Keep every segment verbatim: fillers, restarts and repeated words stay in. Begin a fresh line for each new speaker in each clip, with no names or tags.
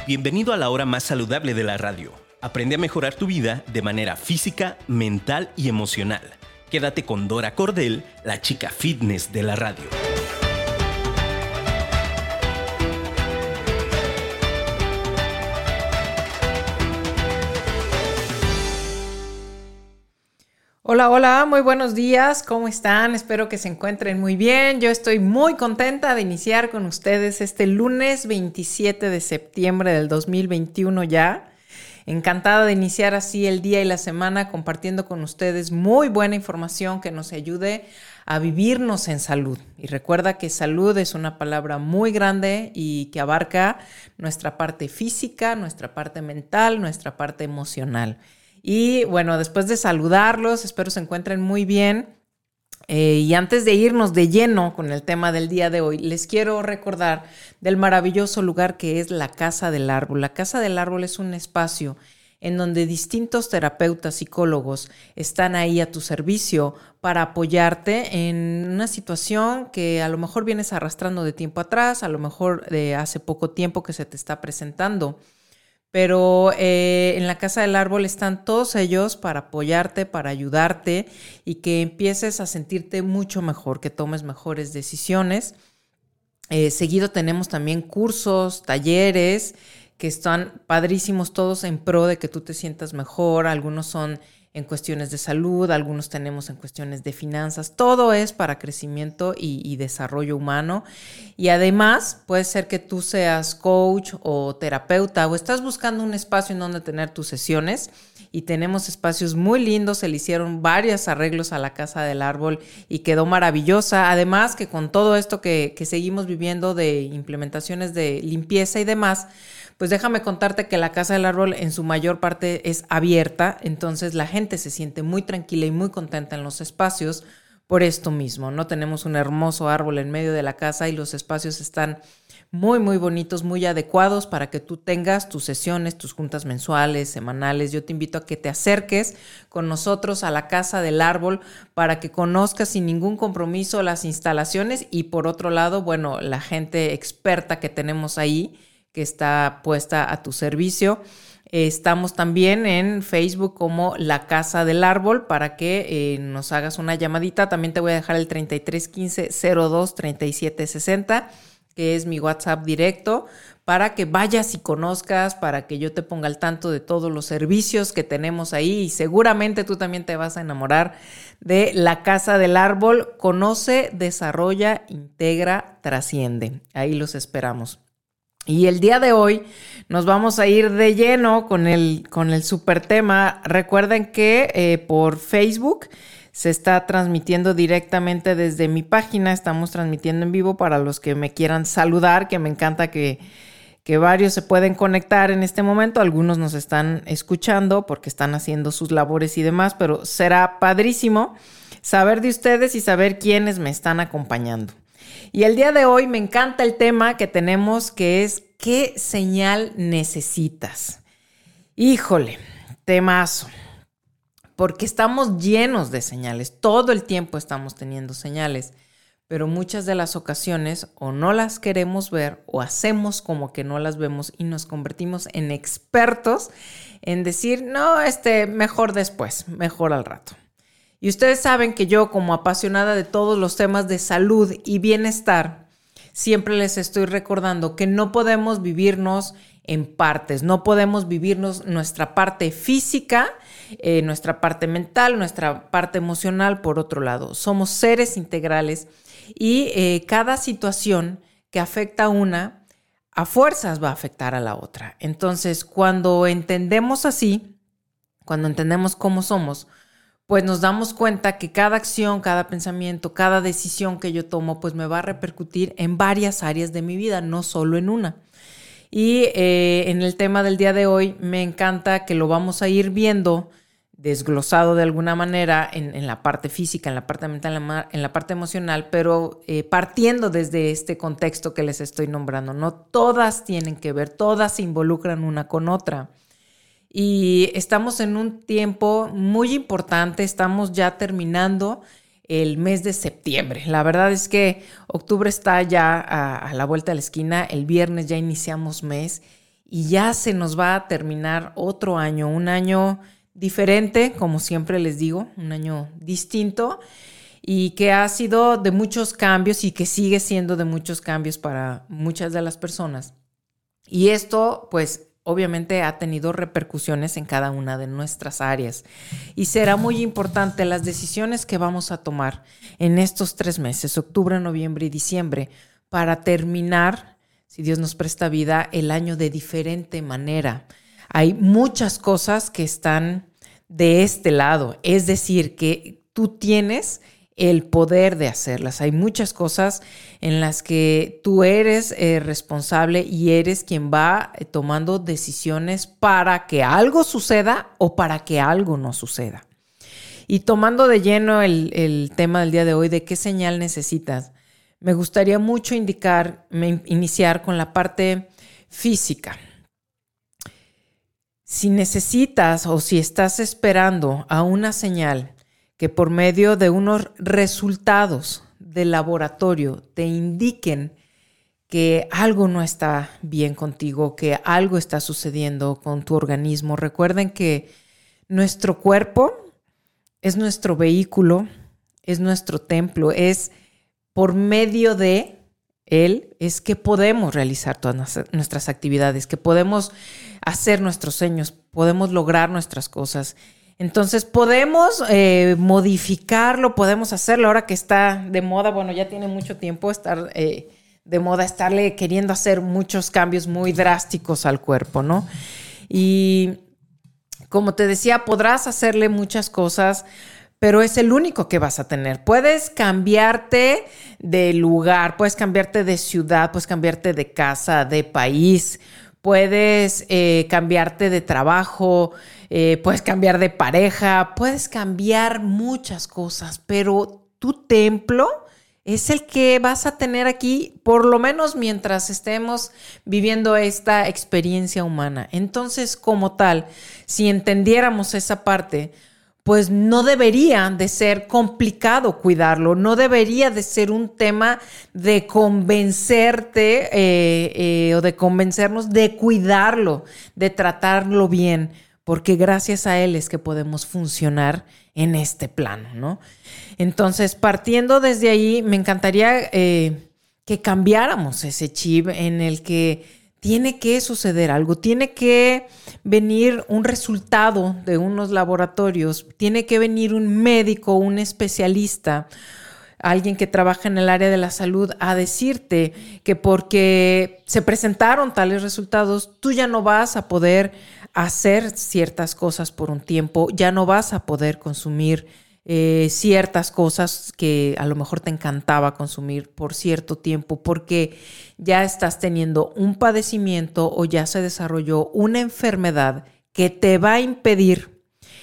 Bienvenido a la hora más saludable de la radio. Aprende a mejorar tu vida de manera física, mental y emocional. Quédate con Dora Cordel, la chica fitness de la radio.
Hola, hola, muy buenos días, ¿cómo están? Espero que se encuentren muy bien. Yo estoy muy contenta de iniciar con ustedes este lunes veintisiete de septiembre del dos mil veintiuno ya. Encantada de iniciar así el día y la semana compartiendo con ustedes muy buena información que nos ayude a vivirnos en salud. Y recuerda que salud es una palabra muy grande y que abarca nuestra parte física, nuestra parte mental, nuestra parte emocional. Y bueno, después de saludarlos, espero se encuentren muy bien. Eh, y antes de irnos de lleno con el tema del día de hoy, les quiero recordar del maravilloso lugar que es la Casa del Árbol. La Casa del Árbol es un espacio en donde distintos terapeutas, psicólogos están ahí a tu servicio para apoyarte en una situación que a lo mejor vienes arrastrando de tiempo atrás, a lo mejor de hace poco tiempo que se te está presentando. Pero eh, en la Casa del Árbol están todos ellos para apoyarte, para ayudarte y que empieces a sentirte mucho mejor, que tomes mejores decisiones. Eh, seguido tenemos también cursos, talleres que están padrísimos todos en pro de que tú te sientas mejor. Algunos son en cuestiones de salud, algunos tenemos en cuestiones de finanzas. Todo es para crecimiento y, y desarrollo humano. Y además puede ser que tú seas coach o terapeuta o estás buscando un espacio en donde tener tus sesiones y tenemos espacios muy lindos. Se le hicieron varios arreglos a la Casa del Árbol y quedó maravillosa. Además que con todo esto que, que seguimos viviendo de implementaciones de limpieza y demás, pues déjame contarte que la Casa del Árbol en su mayor parte es abierta, entonces la gente se siente muy tranquila y muy contenta en los espacios por esto mismo, ¿no? Tenemos un hermoso árbol en medio de la casa y los espacios están muy, muy bonitos, muy adecuados para que tú tengas tus sesiones, tus juntas mensuales, semanales. Yo te invito a que te acerques con nosotros a la Casa del Árbol para que conozcas sin ningún compromiso las instalaciones y por otro lado, bueno, la gente experta que tenemos ahí, que está puesta a tu servicio. Estamos también en Facebook como La Casa del Árbol para que eh, nos hagas una llamadita. También te voy a dejar el treinta y tres quince cero dos treinta y siete sesenta, que es mi WhatsApp directo, para que vayas y conozcas, para que yo te ponga al tanto de todos los servicios que tenemos ahí y seguramente tú también te vas a enamorar de La Casa del Árbol. Conoce, desarrolla, integra, trasciende. Ahí los esperamos. Y el día de hoy nos vamos a ir de lleno con el, con el super tema. Recuerden que eh, por Facebook se está transmitiendo directamente desde mi página. Estamos transmitiendo en vivo para los que me quieran saludar, que me encanta que, que varios se pueden conectar en este momento. Algunos nos están escuchando porque están haciendo sus labores y demás, pero será padrísimo saber de ustedes y saber quiénes me están acompañando. Y el día de hoy me encanta el tema que tenemos, que es ¿qué señal necesitas? Híjole, temazo, porque estamos llenos de señales, todo el tiempo estamos teniendo señales, pero muchas de las ocasiones o no las queremos ver o hacemos como que no las vemos y nos convertimos en expertos en decir, no, este, mejor después, mejor al rato. Y ustedes saben que yo, como apasionada de todos los temas de salud y bienestar, siempre les estoy recordando que no podemos vivirnos en partes, no podemos vivirnos nuestra parte física, eh, nuestra parte mental, nuestra parte emocional por otro lado. Somos seres integrales y eh, cada situación que afecta a una, a fuerzas va a afectar a la otra. Entonces, cuando entendemos así, cuando entendemos cómo somos, pues nos damos cuenta que cada acción, cada pensamiento, cada decisión que yo tomo, pues me va a repercutir en varias áreas de mi vida, no solo en una. Y eh, en el tema del día de hoy me encanta que lo vamos a ir viendo desglosado de alguna manera en, en la parte física, en la parte mental, en la, en la parte emocional, pero eh, partiendo desde este contexto que les estoy nombrando. No todas tienen que ver, todas se involucran una con otra. Y estamos en un tiempo muy importante, estamos ya terminando el mes de septiembre. La verdad es que octubre está ya a, a la vuelta de la esquina, el viernes ya iniciamos mes y ya se nos va a terminar otro año, un año diferente, como siempre les digo, un año distinto y que ha sido de muchos cambios y que sigue siendo de muchos cambios para muchas de las personas. Y esto, pues, obviamente ha tenido repercusiones en cada una de nuestras áreas y será muy importante las decisiones que vamos a tomar en estos tres meses, octubre, noviembre y diciembre, para terminar, si Dios nos presta vida, el año de diferente manera. Hay muchas cosas que están de este lado, es decir, que tú tienes el poder de hacerlas. Hay muchas cosas en las que tú eres eh, responsable y eres quien va eh, tomando decisiones para que algo suceda o para que algo no suceda. Y tomando de lleno el, el tema del día de hoy, de qué señal necesitas, me gustaría mucho indicar, me, iniciar con la parte física. Si necesitas o si estás esperando a una señal que por medio de unos resultados de laboratorio te indiquen que algo no está bien contigo, que algo está sucediendo con tu organismo. Recuerden que nuestro cuerpo es nuestro vehículo, es nuestro templo, es por medio de él, es que podemos realizar todas nuestras actividades, que podemos hacer nuestros sueños, podemos lograr nuestras cosas. Entonces podemos eh, modificarlo, podemos hacerlo ahora que está de moda, bueno, ya tiene mucho tiempo estar eh, de moda, estarle queriendo hacer muchos cambios muy drásticos al cuerpo, ¿no? Y como te decía, podrás hacerle muchas cosas, pero es el único que vas a tener. Puedes cambiarte de lugar, puedes cambiarte de ciudad, puedes cambiarte de casa, de país, puedes eh, cambiarte de trabajo, eh, puedes cambiar de pareja, puedes cambiar muchas cosas, pero tu templo es el que vas a tener aquí, por lo menos mientras estemos viviendo esta experiencia humana. Entonces, como tal, si entendiéramos esa parte, pues no debería de ser complicado cuidarlo, no debería de ser un tema de convencerte eh, eh, o de convencernos de cuidarlo, de tratarlo bien, porque gracias a él es que podemos funcionar en este plano, ¿no? Entonces, partiendo desde ahí, me encantaría eh, que cambiáramos ese chip en el que tiene que suceder algo, tiene que venir un resultado de unos laboratorios, tiene que venir un médico, un especialista, alguien que trabaja en el área de la salud a decirte que porque se presentaron tales resultados, tú ya no vas a poder hacer ciertas cosas por un tiempo, ya no vas a poder consumir Eh, ciertas cosas que a lo mejor te encantaba consumir por cierto tiempo porque ya estás teniendo un padecimiento o ya se desarrolló una enfermedad que te va a impedir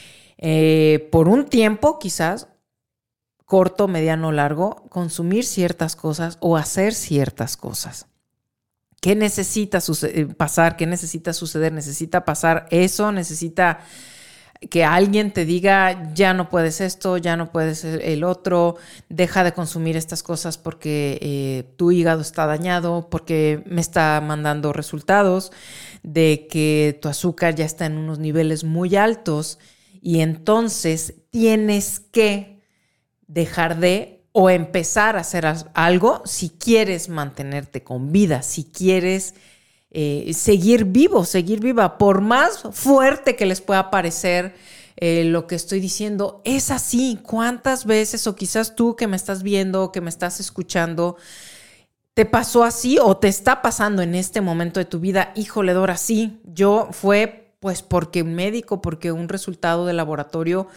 eh, por un tiempo quizás corto, mediano o largo consumir ciertas cosas o hacer ciertas cosas. ¿Qué necesita suceder, pasar? ¿Qué necesita suceder? Necesita pasar eso, necesita que alguien te diga, ya no puedes esto, ya no puedes el otro, deja de consumir estas cosas porque eh, tu hígado está dañado, porque me está mandando resultados de que tu azúcar ya está en unos niveles muy altos y entonces tienes que dejar de o empezar a hacer algo si quieres mantenerte con vida, si quieres Eh, seguir vivo, seguir viva, por más fuerte que les pueda parecer eh, lo que estoy diciendo, es así. ¿Cuántas veces, o quizás tú que me estás viendo o que me estás escuchando, te pasó así o te está pasando en este momento de tu vida? Híjole, Dora, sí, yo fue pues porque un médico, porque un resultado de laboratorio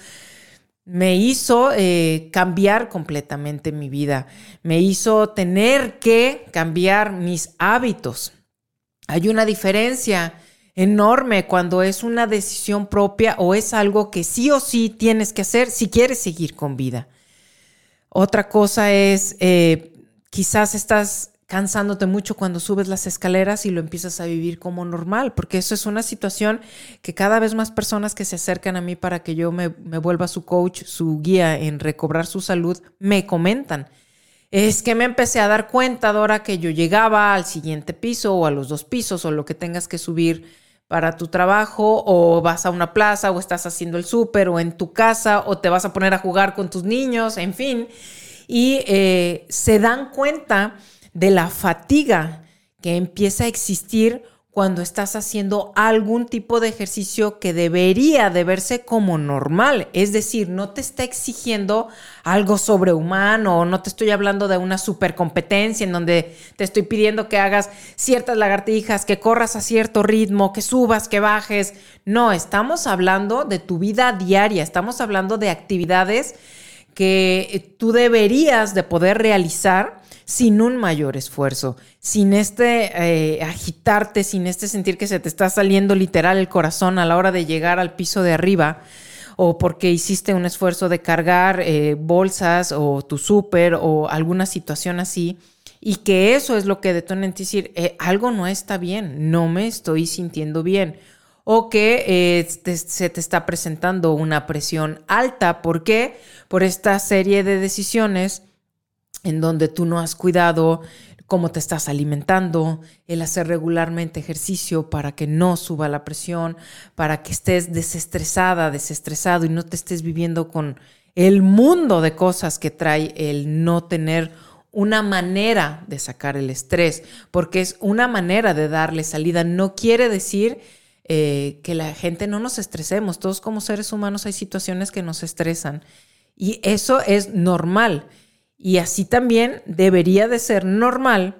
me hizo eh, cambiar completamente mi vida, me hizo tener que cambiar mis hábitos. Hay una diferencia enorme cuando es una decisión propia o es algo que sí o sí tienes que hacer si quieres seguir con vida. Otra cosa es, eh, quizás estás cansándote mucho cuando subes las escaleras y lo empiezas a vivir como normal, porque eso es una situación que cada vez más personas que se acercan a mí para que yo me, me vuelva su coach, su guía en recobrar su salud, me comentan. Es que me empecé a dar cuenta, Dora, que yo llegaba al siguiente piso o a los dos pisos o lo que tengas que subir para tu trabajo, o vas a una plaza o estás haciendo el súper o en tu casa o te vas a poner a jugar con tus niños, en fin. Y eh, se dan cuenta de la fatiga que empieza a existir cuando estás haciendo algún tipo de ejercicio que debería de verse como normal. Es decir, no te está exigiendo algo sobrehumano, no te estoy hablando de una supercompetencia en donde te estoy pidiendo que hagas ciertas lagartijas, que corras a cierto ritmo, que subas, que bajes. No, estamos hablando de tu vida diaria, estamos hablando de actividades que tú deberías de poder realizar sin un mayor esfuerzo, sin este eh, agitarte, sin este sentir que se te está saliendo literal el corazón a la hora de llegar al piso de arriba, o porque hiciste un esfuerzo de cargar eh, bolsas o tu súper o alguna situación así, y que eso es lo que detona en ti decir, eh, algo no está bien, no me estoy sintiendo bien. O que eh, te, se te está presentando una presión alta. ¿Por qué? Por esta serie de decisiones en donde tú no has cuidado cómo te estás alimentando, el hacer regularmente ejercicio para que no suba la presión, para que estés desestresada, desestresado y no te estés viviendo con el mundo de cosas que trae el no tener una manera de sacar el estrés, porque es una manera de darle salida. No quiere decir eh, que la gente no nos estresemos. Todos como seres humanos hay situaciones que nos estresan y eso es normal. Y así también debería de ser normal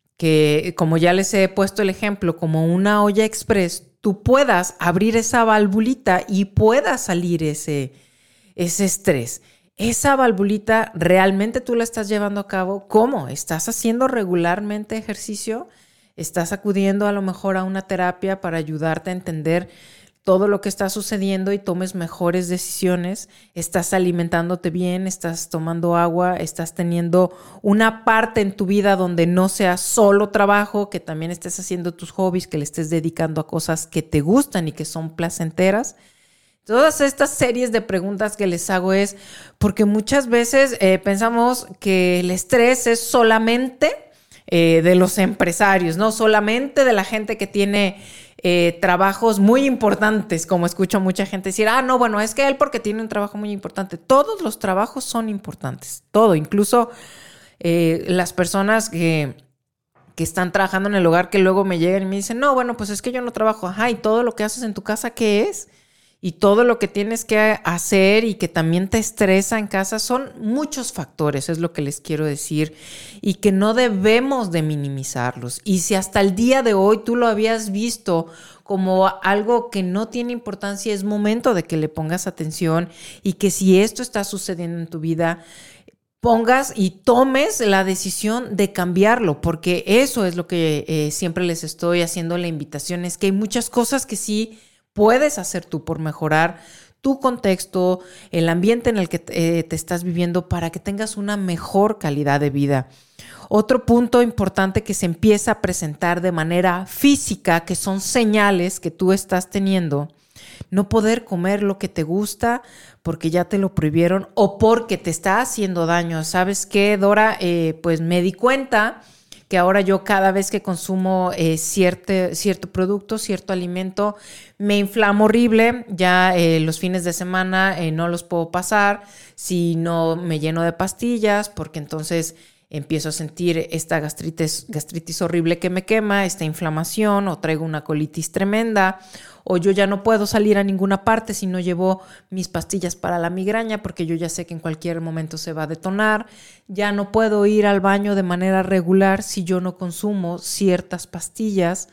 que, como ya les he puesto el ejemplo, como una olla express, tú puedas abrir esa valvulita y pueda salir ese, ese estrés. Esa valvulita realmente tú la estás llevando a cabo. ¿Cómo? ¿Estás haciendo regularmente ejercicio? ¿Estás acudiendo a lo mejor a una terapia para ayudarte a entender todo lo que está sucediendo y tomes mejores decisiones? ¿Estás alimentándote bien? ¿Estás tomando agua? ¿Estás teniendo una parte en tu vida donde no sea solo trabajo, que también estés haciendo tus hobbies, que le estés dedicando a cosas que te gustan y que son placenteras? Todas estas series de preguntas que les hago es porque muchas veces eh, pensamos que el estrés es solamente eh, de los empresarios, no solamente de la gente que tiene Eh, trabajos muy importantes, como escucho a mucha gente decir, ah, no, bueno, es que él porque tiene un trabajo muy importante. Todos los trabajos son importantes, todo, incluso eh, las personas que, que están trabajando en el hogar que luego me llegan y me dicen, no, bueno, pues es que yo no trabajo. Ajá, ¿y todo lo que haces en tu casa qué es? Y todo lo que tienes que hacer y que también te estresa en casa son muchos factores, es lo que les quiero decir, y que no debemos de minimizarlos. Y si hasta el día de hoy tú lo habías visto como algo que no tiene importancia, es momento de que le pongas atención y que si esto está sucediendo en tu vida, pongas y tomes la decisión de cambiarlo, porque eso es lo que eh, siempre les estoy haciendo la invitación, es que hay muchas cosas que sí puedes hacer tú por mejorar tu contexto, el ambiente en el que eh, te estás viviendo para que tengas una mejor calidad de vida. Otro punto importante que se empieza a presentar de manera física, que son señales que tú estás teniendo, no poder comer lo que te gusta porque ya te lo prohibieron o porque te está haciendo daño. ¿Sabes qué, Dora? Eh, pues me di cuenta que ahora yo cada vez que consumo eh, cierto, cierto producto, cierto alimento, me inflamo horrible. Ya eh, los fines de semana eh, no los puedo pasar si no me lleno de pastillas, porque entonces empiezo a sentir esta gastritis, gastritis horrible que me quema, esta inflamación, o traigo una colitis tremenda, o yo ya no puedo salir a ninguna parte si no llevo mis pastillas para la migraña, porque yo ya sé que en cualquier momento se va a detonar. Ya no puedo ir al baño de manera regular si yo no consumo ciertas pastillas,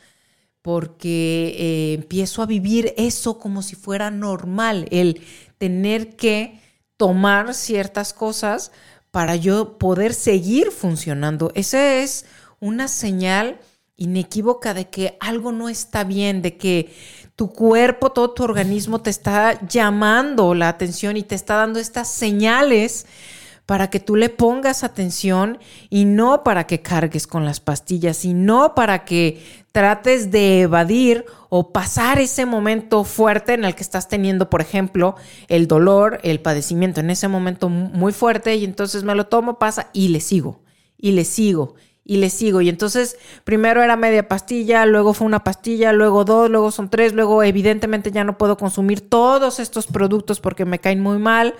porque eh, empiezo a vivir eso como si fuera normal, el tener que tomar ciertas cosas para yo poder seguir funcionando. Esa es una señal inequívoca de que algo no está bien, de que tu cuerpo, todo tu organismo te está llamando la atención y te está dando estas señales para que tú le pongas atención, y no para que cargues con las pastillas, y no para que trates de evadir o pasar ese momento fuerte en el que estás teniendo, por ejemplo, el dolor, el padecimiento en ese momento muy fuerte, y entonces me lo tomo, pasa y le sigo. y le sigo. Y le sigo. Y entonces primero era media pastilla, luego fue una pastilla, luego dos, luego son tres, luego evidentemente ya no puedo consumir todos estos productos porque me caen muy mal.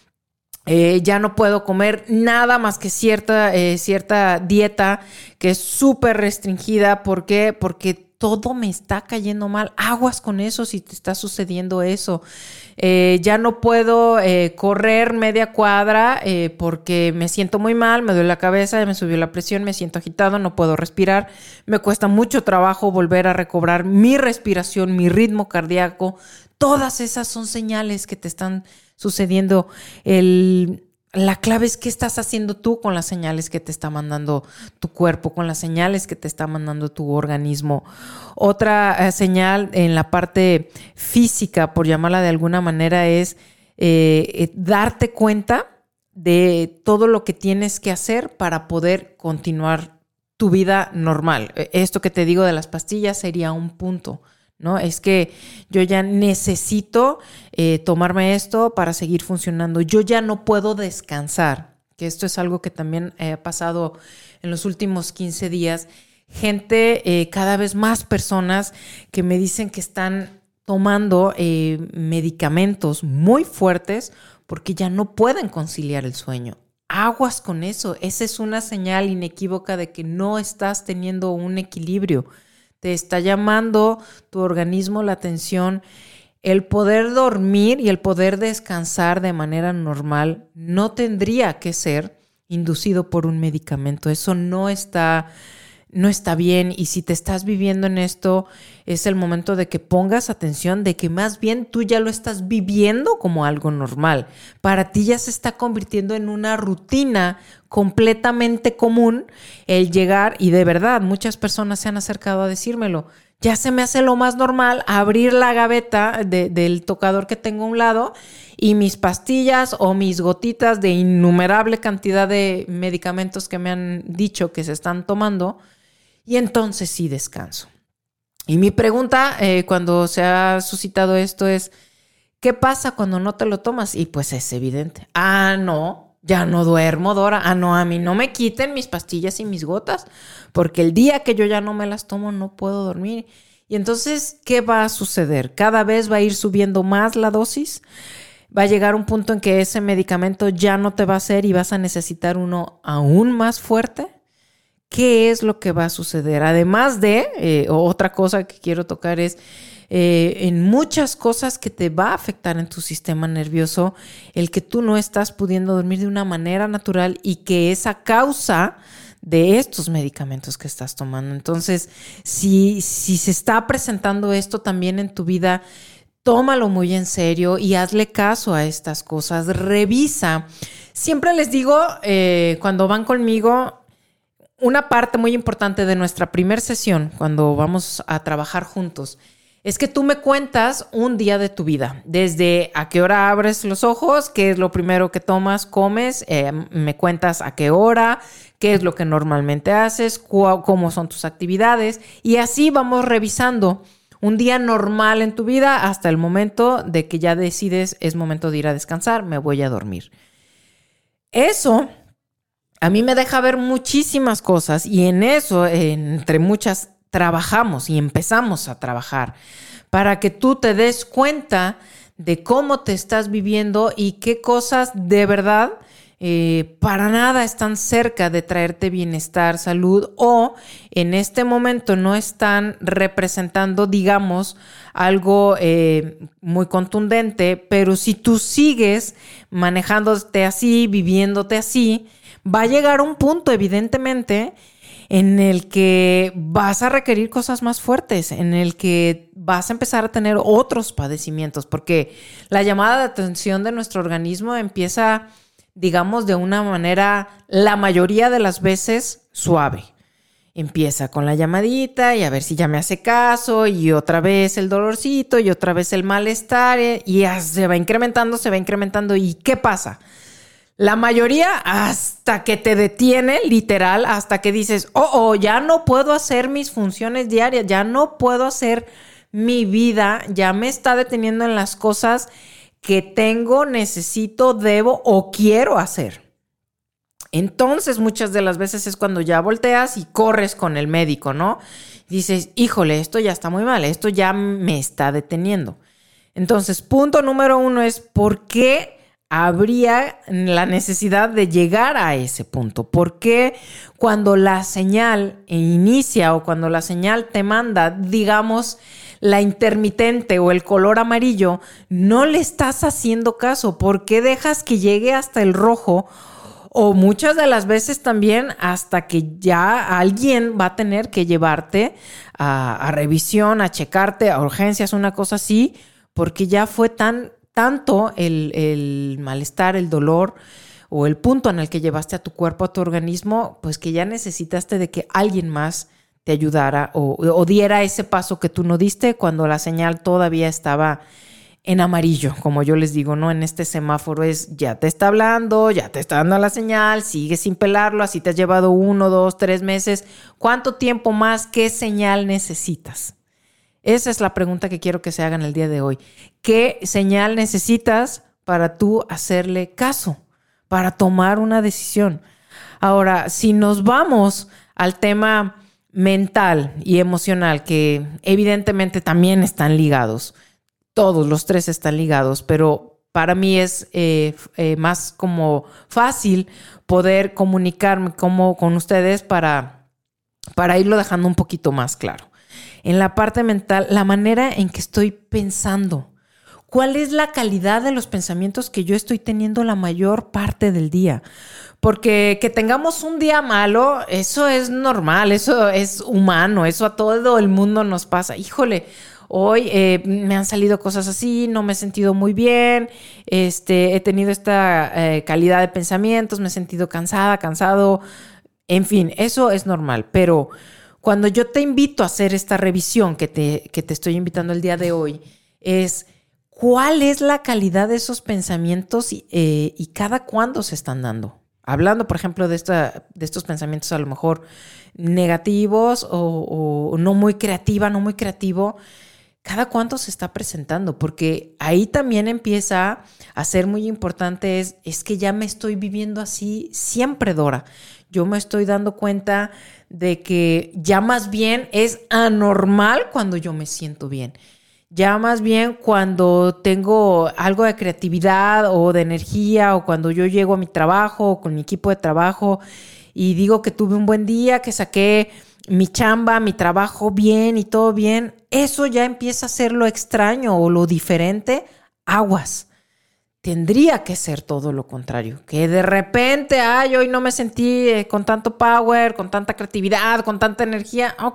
Eh, ya no puedo comer nada más que cierta, eh, cierta dieta que es súper restringida. ¿Por qué? Porque todo me está cayendo mal. Aguas con eso si te está sucediendo eso. Eh, ya no puedo eh, correr media cuadra eh, porque me siento muy mal, me duele la cabeza, me subió la presión, me siento agitado, no puedo respirar. Me cuesta mucho trabajo volver a recobrar mi respiración, mi ritmo cardíaco. Todas esas son señales que te están sucediendo. El... La clave es qué estás haciendo tú con las señales que te está mandando tu cuerpo, con las señales que te está mandando tu organismo. Otra eh, señal en la parte física, por llamarla de alguna manera, es eh, eh, darte cuenta de todo lo que tienes que hacer para poder continuar tu vida normal. Esto que te digo de las pastillas sería un punto, ¿no? Es que yo ya necesito eh, tomarme esto para seguir funcionando. Yo ya no puedo descansar, que esto es algo que también eh, ha pasado en los últimos quince días. Gente, eh, cada vez más personas que me dicen que están tomando eh, medicamentos muy fuertes porque ya no pueden conciliar el sueño. Aguas con eso. Esa es una señal inequívoca de que no estás teniendo un equilibrio. Te está llamando tu organismo la atención. El poder dormir y el poder descansar de manera normal no tendría que ser inducido por un medicamento. Eso no está, no está bien. Y si te estás viviendo en esto, es el momento de que pongas atención, de que más bien tú ya lo estás viviendo como algo normal. Para ti ya se está convirtiendo en una rutina completamente común el llegar, y de verdad muchas personas se han acercado a decírmelo, ya se me hace lo más normal abrir la gaveta de, del tocador que tengo a un lado y mis pastillas o mis gotitas de innumerable cantidad de medicamentos que me han dicho que se están tomando, y entonces sí descanso. Y mi pregunta eh, cuando se ha suscitado esto es, ¿qué pasa cuando no te lo tomas? Y pues es evidente. Ah, no. Ya no duermo, Dora. Ah, no, a mí no me quiten mis pastillas y mis gotas, porque el día que yo ya no me las tomo no puedo dormir. Y entonces, ¿qué va a suceder? Cada vez va a ir subiendo más la dosis. Va a llegar un punto en que ese medicamento ya no te va a hacer y vas a necesitar uno aún más fuerte. ¿Qué es lo que va a suceder? Además de, eh, otra cosa que quiero tocar es, Eh, en muchas cosas que te va a afectar en tu sistema nervioso, el que tú no estás pudiendo dormir de una manera natural y que es a causa de estos medicamentos que estás tomando. Entonces, si, si se está presentando esto también en tu vida, tómalo muy en serio y hazle caso a estas cosas. Revisa. Siempre les digo, eh, cuando van conmigo, una parte muy importante de nuestra primera sesión, cuando vamos a trabajar juntos, es que tú me cuentas un día de tu vida, desde a qué hora abres los ojos, qué es lo primero que tomas, comes, eh, me cuentas a qué hora, qué es lo que normalmente haces, cu- cómo son tus actividades, y así vamos revisando un día normal en tu vida hasta el momento de que ya decides es momento de ir a descansar, me voy a dormir. Eso a mí me deja ver muchísimas cosas y en eso, entre muchas, trabajamos y empezamos a trabajar para que tú te des cuenta de cómo te estás viviendo y qué cosas de verdad eh, para nada están cerca de traerte bienestar, salud, o en este momento no están representando, digamos, algo eh, muy contundente, pero si tú sigues manejándote así, viviéndote así, va a llegar un punto, evidentemente, en el que vas a requerir cosas más fuertes, en el que vas a empezar a tener otros padecimientos, porque la llamada de atención de nuestro organismo empieza, digamos, de una manera, la mayoría de las veces, suave. Empieza con la llamadita y a ver si ya me hace caso, y otra vez el dolorcito, y otra vez el malestar, y ya se va incrementando, se va incrementando. ¿Y qué pasa? La mayoría hasta que te detiene, literal, hasta que dices, oh, oh, ya no puedo hacer mis funciones diarias, ya no puedo hacer mi vida, ya me está deteniendo en las cosas que tengo, necesito, debo o quiero hacer. Entonces, muchas de las veces es cuando ya volteas y corres con el médico, ¿no? Dices, híjole, esto ya está muy mal, esto ya me está deteniendo. Entonces, punto número uno es, ¿por qué habría la necesidad de llegar a ese punto? ¿Por qué cuando la señal inicia o cuando la señal te manda, digamos, la intermitente o el color amarillo, no le estás haciendo caso? ¿Por qué dejas que llegue hasta el rojo? O muchas de las veces también hasta que ya alguien va a tener que llevarte a, a revisión, a checarte, a urgencias, una cosa así, porque ya fue tan, tanto el, el malestar, el dolor o el punto en el que llevaste a tu cuerpo, a tu organismo, pues que ya necesitaste de que alguien más te ayudara o, o diera ese paso que tú no diste cuando la señal todavía estaba en amarillo, como yo les digo, ¿no? En este semáforo es, ya te está hablando, ya te está dando la señal, sigue sin pelarlo, así te has llevado uno, dos, tres meses. ¿Cuánto tiempo más? ¿Qué señal necesitas? Esa es la pregunta que quiero que se hagan el día de hoy. ¿Qué señal necesitas para tú hacerle caso, para tomar una decisión? Ahora, si nos vamos al tema mental y emocional, que evidentemente también están ligados, todos los tres están ligados, pero para mí es eh, eh, más como fácil poder comunicarme como con ustedes para, para irlo dejando un poquito más claro. En la parte mental, la manera en que estoy pensando, ¿cuál es la calidad de los pensamientos que yo estoy teniendo la mayor parte del día? Porque que tengamos un día malo, eso es normal, eso es humano, eso a todo el mundo nos pasa. Híjole, hoy eh, me han salido cosas así, no me he sentido muy bien, este, he tenido esta eh, calidad de pensamientos, me he sentido cansada, cansado, en fin, eso es normal. Pero cuando yo te invito a hacer esta revisión que te, que te estoy invitando el día de hoy, es ¿cuál es la calidad de esos pensamientos y, eh, y cada cuándo se están dando? Hablando, por ejemplo, de, esta, de estos pensamientos a lo mejor negativos o, o no muy creativa, no muy creativo, ¿cada cuánto se está presentando? Porque ahí también empieza a ser muy importante, es, es que ya me estoy viviendo así siempre, Dora. Yo me estoy dando cuenta de que ya más bien es anormal cuando yo me siento bien. Ya más bien cuando tengo algo de creatividad o de energía o cuando yo llego a mi trabajo o con mi equipo de trabajo y digo que tuve un buen día, que saqué mi chamba, mi trabajo bien y todo bien, eso ya empieza a ser lo extraño o lo diferente. Aguas. Tendría que ser todo lo contrario. Que de repente, ay, hoy no me sentí eh, con tanto power, con tanta creatividad, con tanta energía. Ok.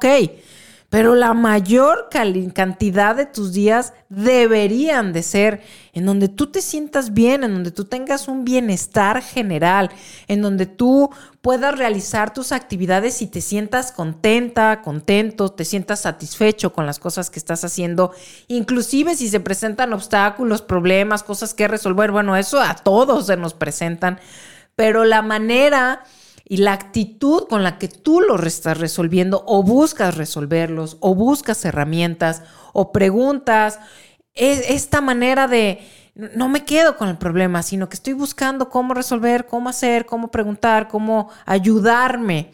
Pero la mayor cali- cantidad de tus días deberían de ser en donde tú te sientas bien, en donde tú tengas un bienestar general, en donde tú puedas realizar tus actividades y te sientas contenta, contento, te sientas satisfecho con las cosas que estás haciendo, inclusive si se presentan obstáculos, problemas, cosas que resolver. Bueno, eso a todos se nos presentan, pero la manera y la actitud con la que tú los estás resolviendo o buscas resolverlos o buscas herramientas o preguntas, es esta manera de no me quedo con el problema, sino que estoy buscando cómo resolver, cómo hacer, cómo preguntar, cómo ayudarme.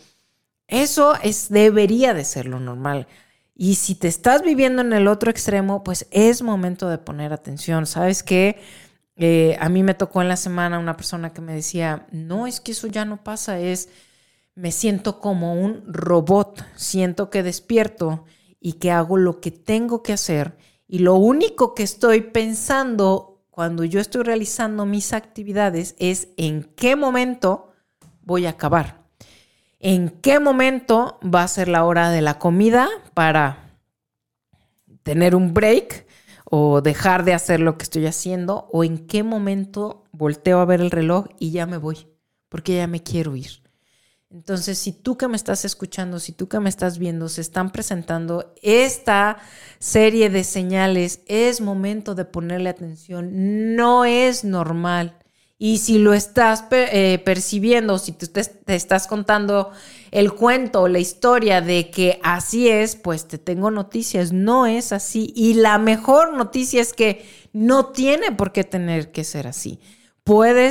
Eso es, debería de ser lo normal. Y si te estás viviendo en el otro extremo, pues es momento de poner atención. ¿Sabes qué? Eh, a mí me tocó en la semana una persona que me decía, no, es que eso ya no pasa, es, me siento como un robot, siento que despierto y que hago lo que tengo que hacer y lo único que estoy pensando cuando yo estoy realizando mis actividades es en qué momento voy a acabar, en qué momento va a ser la hora de la comida para tener un break o dejar de hacer lo que estoy haciendo, o en qué momento volteo a ver el reloj y ya me voy, porque ya me quiero ir. Entonces, si tú que me estás escuchando, si tú que me estás viendo, se están presentando esta serie de señales, es momento de ponerle atención. No es normal. Y si lo estás eh, percibiendo, si tú te, te estás contando el cuento, la historia de que así es, pues te tengo noticias. No es así. Y la mejor noticia es que no tiene por qué tener que ser así. Puedes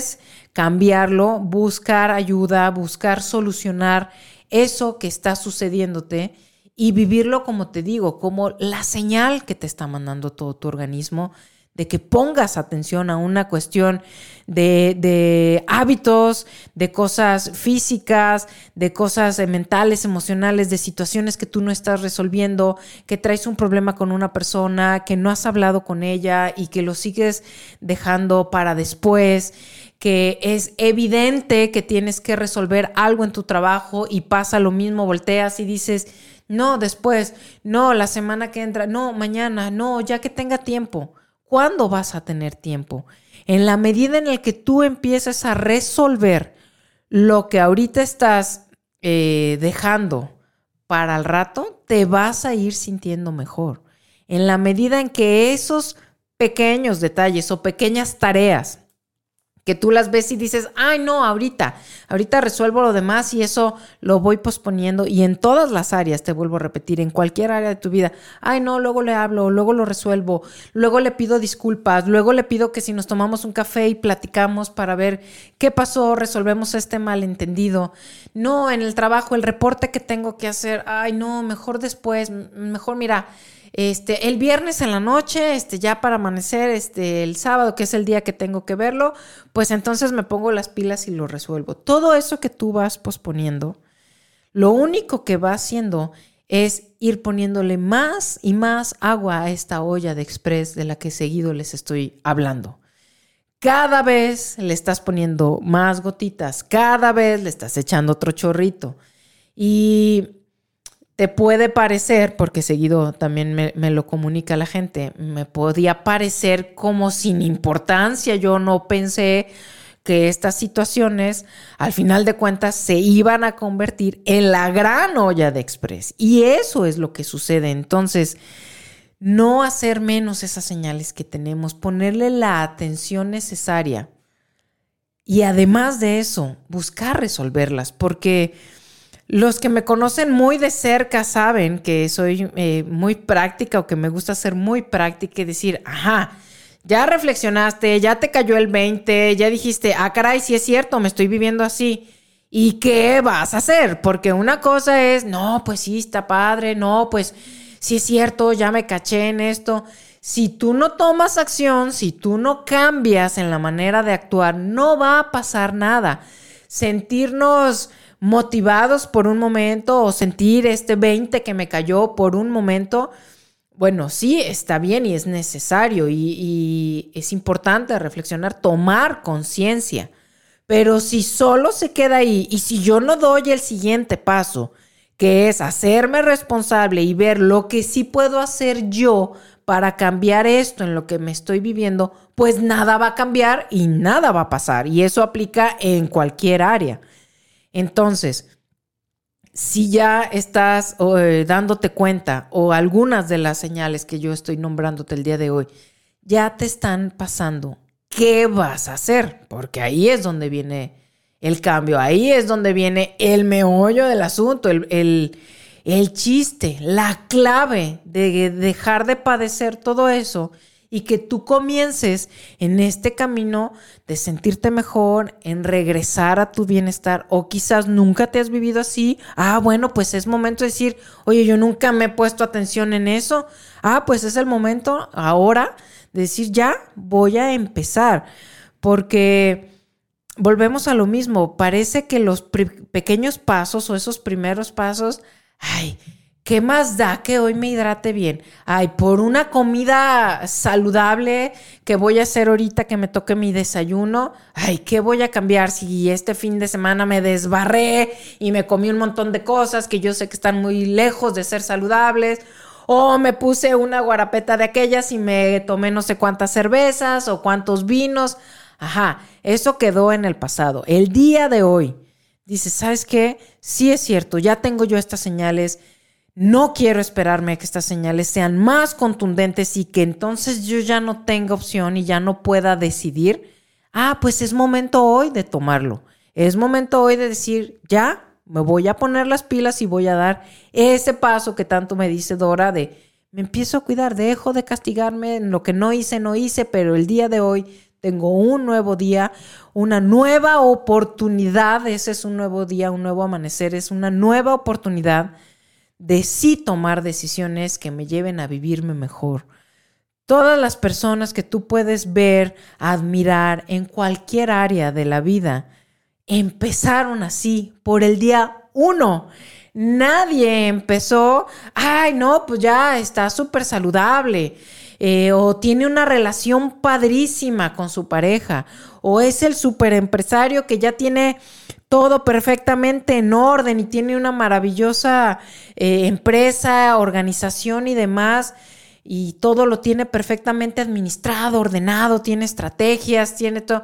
cambiarlo, buscar ayuda, buscar solucionar eso que está sucediéndote y vivirlo, como te digo, como la señal que te está mandando todo tu organismo de que pongas atención a una cuestión de, de hábitos, de cosas físicas, de cosas mentales, emocionales, de situaciones que tú no estás resolviendo, que traes un problema con una persona, que no has hablado con ella y que lo sigues dejando para después, que es evidente que tienes que resolver algo en tu trabajo y pasa lo mismo, volteas y dices, no, después, no, la semana que entra, no, mañana, no, ya que tenga tiempo. ¿Cuándo vas a tener tiempo? En la medida en la que tú empieces a resolver lo que ahorita estás eh, dejando para el rato, te vas a ir sintiendo mejor. En la medida en que esos pequeños detalles o pequeñas tareas que tú las ves y dices, ay no, ahorita, ahorita resuelvo lo demás y eso lo voy posponiendo, y en todas las áreas, te vuelvo a repetir, en cualquier área de tu vida, ay no, luego le hablo, luego lo resuelvo, luego le pido disculpas, luego le pido que si nos tomamos un café y platicamos para ver qué pasó, resolvemos este malentendido, no, en el trabajo, el reporte que tengo que hacer, ay no, mejor después, mejor mira, Este, el viernes en la noche, este, ya para amanecer, este, el sábado, que es el día que tengo que verlo, pues entonces me pongo las pilas y lo resuelvo. Todo eso que tú vas posponiendo, lo único que va haciendo es ir poniéndole más y más agua a esta olla de express de la que seguido les estoy hablando. Cada vez le estás poniendo más gotitas, cada vez le estás echando otro chorrito. Y te puede parecer, porque seguido también me, me lo comunica la gente, me podía parecer como sin importancia. Yo no pensé que estas situaciones, al final de cuentas, se iban a convertir en la gran olla de express. Y eso es lo que sucede. Entonces, no hacer menos esas señales que tenemos, ponerle la atención necesaria. Y además de eso, buscar resolverlas, porque los que me conocen muy de cerca saben que soy eh, muy práctica, o que me gusta ser muy práctica y decir, ajá, ya reflexionaste, ya te cayó el veinte, ya dijiste, ah, caray, sí es cierto, me estoy viviendo así. ¿Y qué vas a hacer? Porque una cosa es, no, pues sí, está padre, no, pues sí es cierto, ya me caché en esto. Si tú no tomas acción, si tú no cambias en la manera de actuar, no va a pasar nada. Sentirnos motivados por un momento o sentir este veinte que me cayó por un momento, bueno, sí, está bien y es necesario y, y es importante reflexionar, tomar conciencia, pero si solo se queda ahí y si yo no doy el siguiente paso, que es hacerme responsable y ver lo que sí puedo hacer yo para cambiar esto en lo que me estoy viviendo, pues nada va a cambiar y nada va a pasar, y eso aplica en cualquier área. Entonces, si ya estás eh, dándote cuenta, o algunas de las señales que yo estoy nombrándote el día de hoy ya te están pasando, ¿qué vas a hacer? Porque ahí es donde viene el cambio, ahí es donde viene el meollo del asunto, el, el, el chiste, la clave de dejar de padecer todo eso y que tú comiences en este camino de sentirte mejor, en regresar a tu bienestar, o quizás nunca te has vivido así. Ah, bueno, pues es momento de decir, oye, yo nunca me he puesto atención en eso. Ah, pues es el momento ahora de decir, ya voy a empezar, porque volvemos a lo mismo. Parece que los pri- pequeños pasos o esos primeros pasos, ay, ¿qué más da que hoy me hidrate bien? Ay, por una comida saludable que voy a hacer ahorita que me toque mi desayuno. Ay, ¿qué voy a cambiar si este fin de semana me desbarré y me comí un montón de cosas que yo sé que están muy lejos de ser saludables? O me puse una guarapeta de aquellas y me tomé no sé cuántas cervezas o cuántos vinos. Ajá, eso quedó en el pasado. El día de hoy, dices, ¿sabes qué? Sí es cierto, ya tengo yo estas señales. No quiero esperarme a que estas señales sean más contundentes y que entonces yo ya no tenga opción y ya no pueda decidir. Ah, pues es momento hoy de tomarlo. Es momento hoy de decir, ya me voy a poner las pilas y voy a dar ese paso que tanto me dice Dora de me empiezo a cuidar, dejo de castigarme en lo que no hice, no hice, pero el día de hoy Tengo un nuevo día, una nueva oportunidad. Ese es un nuevo día, un nuevo amanecer. Es una nueva oportunidad de sí tomar decisiones que me lleven a vivirme mejor. Todas las personas que tú puedes ver, admirar en cualquier área de la vida, empezaron así, por el día uno. Nadie empezó, ay no, pues ya está súper saludable, eh, o tiene una relación padrísima con su pareja, o es el súper empresario que ya tiene todo perfectamente en orden y tiene una maravillosa eh, empresa, organización y demás, y todo lo tiene perfectamente administrado, ordenado, tiene estrategias, tiene todo.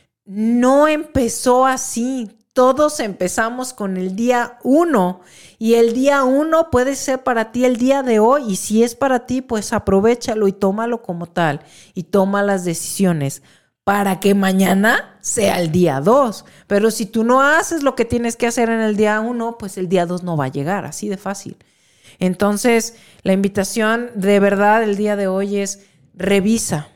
No empezó así. Todos empezamos con el día uno y el día uno puede ser para ti el día de hoy, y si es para ti, pues aprovéchalo y tómalo como tal y toma las decisiones para que mañana sea el día dos. Pero si tú no haces lo que tienes que hacer en el día uno, pues el día dos no va a llegar, así de fácil. Entonces, la invitación de verdad el día de hoy es revisa,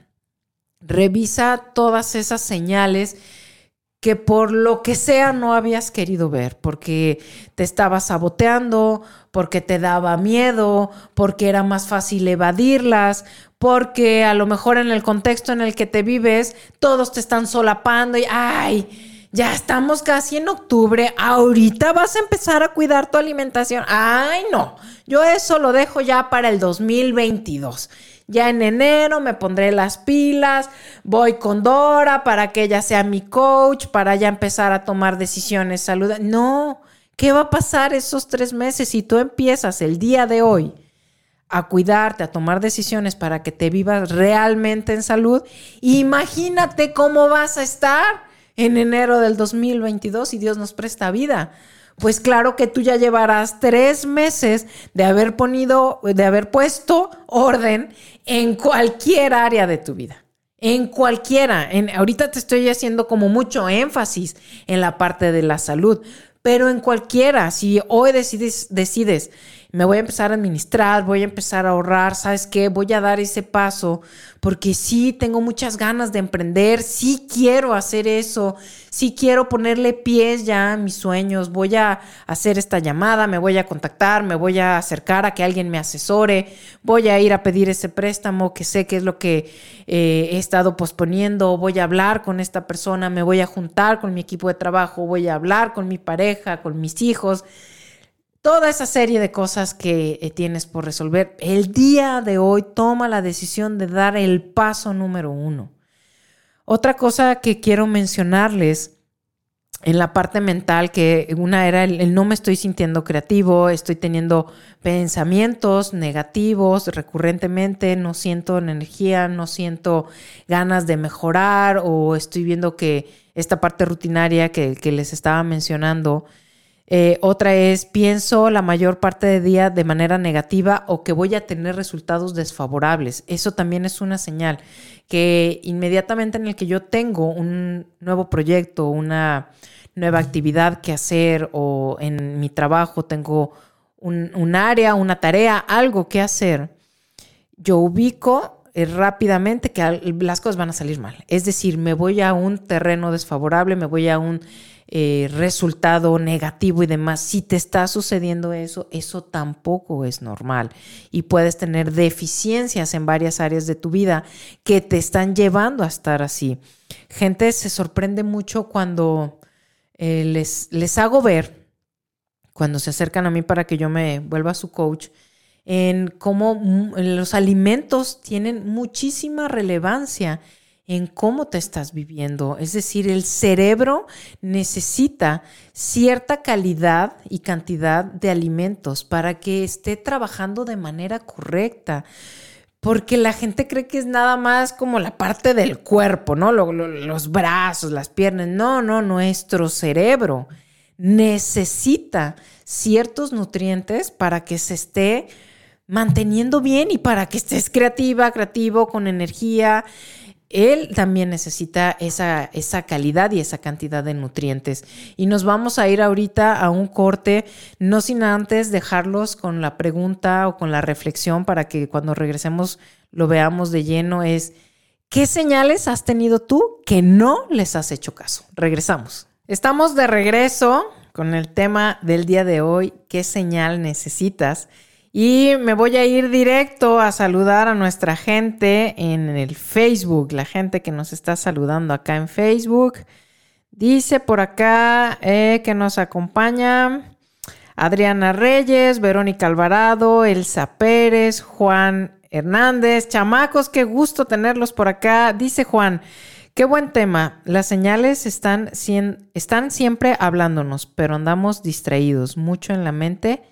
revisa todas esas señales que por lo que sea no habías querido ver, porque te estabas saboteando, porque te daba miedo, porque era más fácil evadirlas, porque a lo mejor en el contexto en el que te vives, todos te están solapando y ¡ay! Ya estamos casi en octubre, ahorita vas a empezar a cuidar tu alimentación. ¡Ay, no! Yo eso lo dejo ya para el dos mil veintidós. Ya en enero me pondré las pilas, voy con Dora para que ella sea mi coach, para ya empezar a tomar decisiones saludables. No, ¿qué va a pasar esos tres meses si tú empiezas el día de hoy a cuidarte, a tomar decisiones para que te vivas realmente en salud? Imagínate cómo vas a estar en enero del dos mil veintidós si Dios nos presta vida. Pues claro que tú ya llevarás tres meses de haber ponido, de haber puesto orden en cualquier área de tu vida. En cualquiera. En, ahorita te estoy haciendo como mucho énfasis en la parte de la salud, pero en cualquiera. Si hoy decides, decides, me voy a empezar a administrar, voy a empezar a ahorrar, ¿sabes qué? Voy a dar ese paso porque sí tengo muchas ganas de emprender, sí quiero hacer eso, sí quiero ponerle pies ya a mis sueños, voy a hacer esta llamada, me voy a contactar, me voy a acercar a que alguien me asesore, voy a ir a pedir ese préstamo que sé que es lo que eh, he estado posponiendo, voy a hablar con esta persona, me voy a juntar con mi equipo de trabajo, voy a hablar con mi pareja, con mis hijos. Toda esa serie de cosas que eh, tienes por resolver. El día de hoy toma la decisión de dar el paso número uno. Otra cosa que quiero mencionarles en la parte mental, que una era el, el no me estoy sintiendo creativo, estoy teniendo pensamientos negativos recurrentemente, no siento energía, no siento ganas de mejorar, o estoy viendo que esta parte rutinaria que, que les estaba mencionando. Eh, otra es, pienso la mayor parte del día de manera negativa o que voy a tener resultados desfavorables. Eso también es una señal que inmediatamente en el que yo tengo un nuevo proyecto, una nueva actividad que hacer, o en mi trabajo tengo un, un área, una tarea, algo que hacer, yo ubico eh, rápidamente que las cosas van a salir mal. Es decir, me voy a un terreno desfavorable, me voy a un Eh, resultado negativo y demás. Si te está sucediendo eso, eso tampoco es normal y puedes tener deficiencias en varias áreas de tu vida que te están llevando a estar así. Gente se sorprende mucho cuando eh, les, les hago ver, cuando se acercan a mí para que yo me vuelva su coach, en cómo los alimentos tienen muchísima relevancia en cómo te estás viviendo. Es decir, el cerebro necesita cierta calidad y cantidad de alimentos para que esté trabajando de manera correcta. Porque la gente cree que es nada más como la parte del cuerpo, ¿no? Lo, lo, los brazos, las piernas. No, no, nuestro cerebro necesita ciertos nutrientes para que se esté manteniendo bien y para que estés creativa, creativo, con energía. Él también necesita esa, esa calidad y esa cantidad de nutrientes. Y nos vamos a ir ahorita a un corte, no sin antes dejarlos con la pregunta o con la reflexión para que cuando regresemos lo veamos de lleno. Es, ¿Qué señales has tenido tú que no les has hecho caso? Regresamos. Estamos de regreso con el tema del día de hoy, ¿qué señal necesitas? Y me voy a ir directo a saludar a nuestra gente en el Facebook, la gente que nos está saludando acá en Facebook. Dice por acá eh, que nos acompaña Adriana Reyes, Verónica Alvarado, Elsa Pérez, Juan Hernández. Chamacos, qué gusto tenerlos por acá. Dice Juan, qué buen tema. Las señales están, cien, están siempre hablándonos, pero andamos distraídos mucho en la mente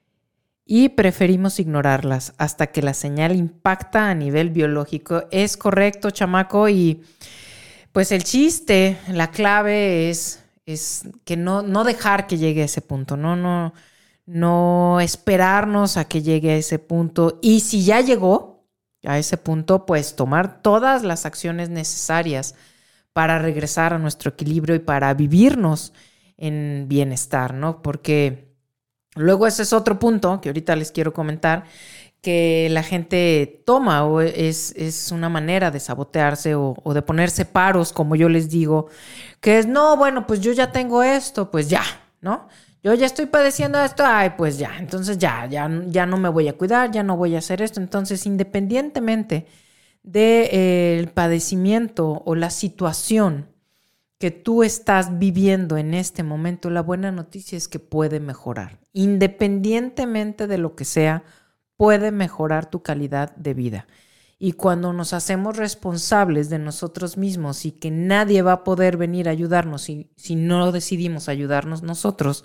y preferimos ignorarlas hasta que la señal impacta a nivel biológico. Es correcto, chamaco, y pues el chiste, la clave es, es que no, no dejar que llegue a ese punto, no, no, no esperarnos a que llegue a ese punto. Y si ya llegó a ese punto, pues tomar todas las acciones necesarias para regresar a nuestro equilibrio y para vivirnos en bienestar, ¿no? Porque luego ese es otro punto que ahorita les quiero comentar, que la gente toma o es, es una manera de sabotearse o, o de ponerse paros, como yo les digo, que es, no, bueno, pues yo ya tengo esto, pues ya, ¿no? Yo ya estoy padeciendo esto, ay, pues ya, entonces ya, ya, ya no me voy a cuidar, ya no voy a hacer esto. Entonces, independientemente del padecimiento o la situación que tú estás viviendo en este momento, la buena noticia es que puede mejorar. Independientemente de lo que sea, puede mejorar tu calidad de vida. Y cuando nos hacemos responsables de nosotros mismos y que nadie va a poder venir a ayudarnos si, si no decidimos ayudarnos nosotros,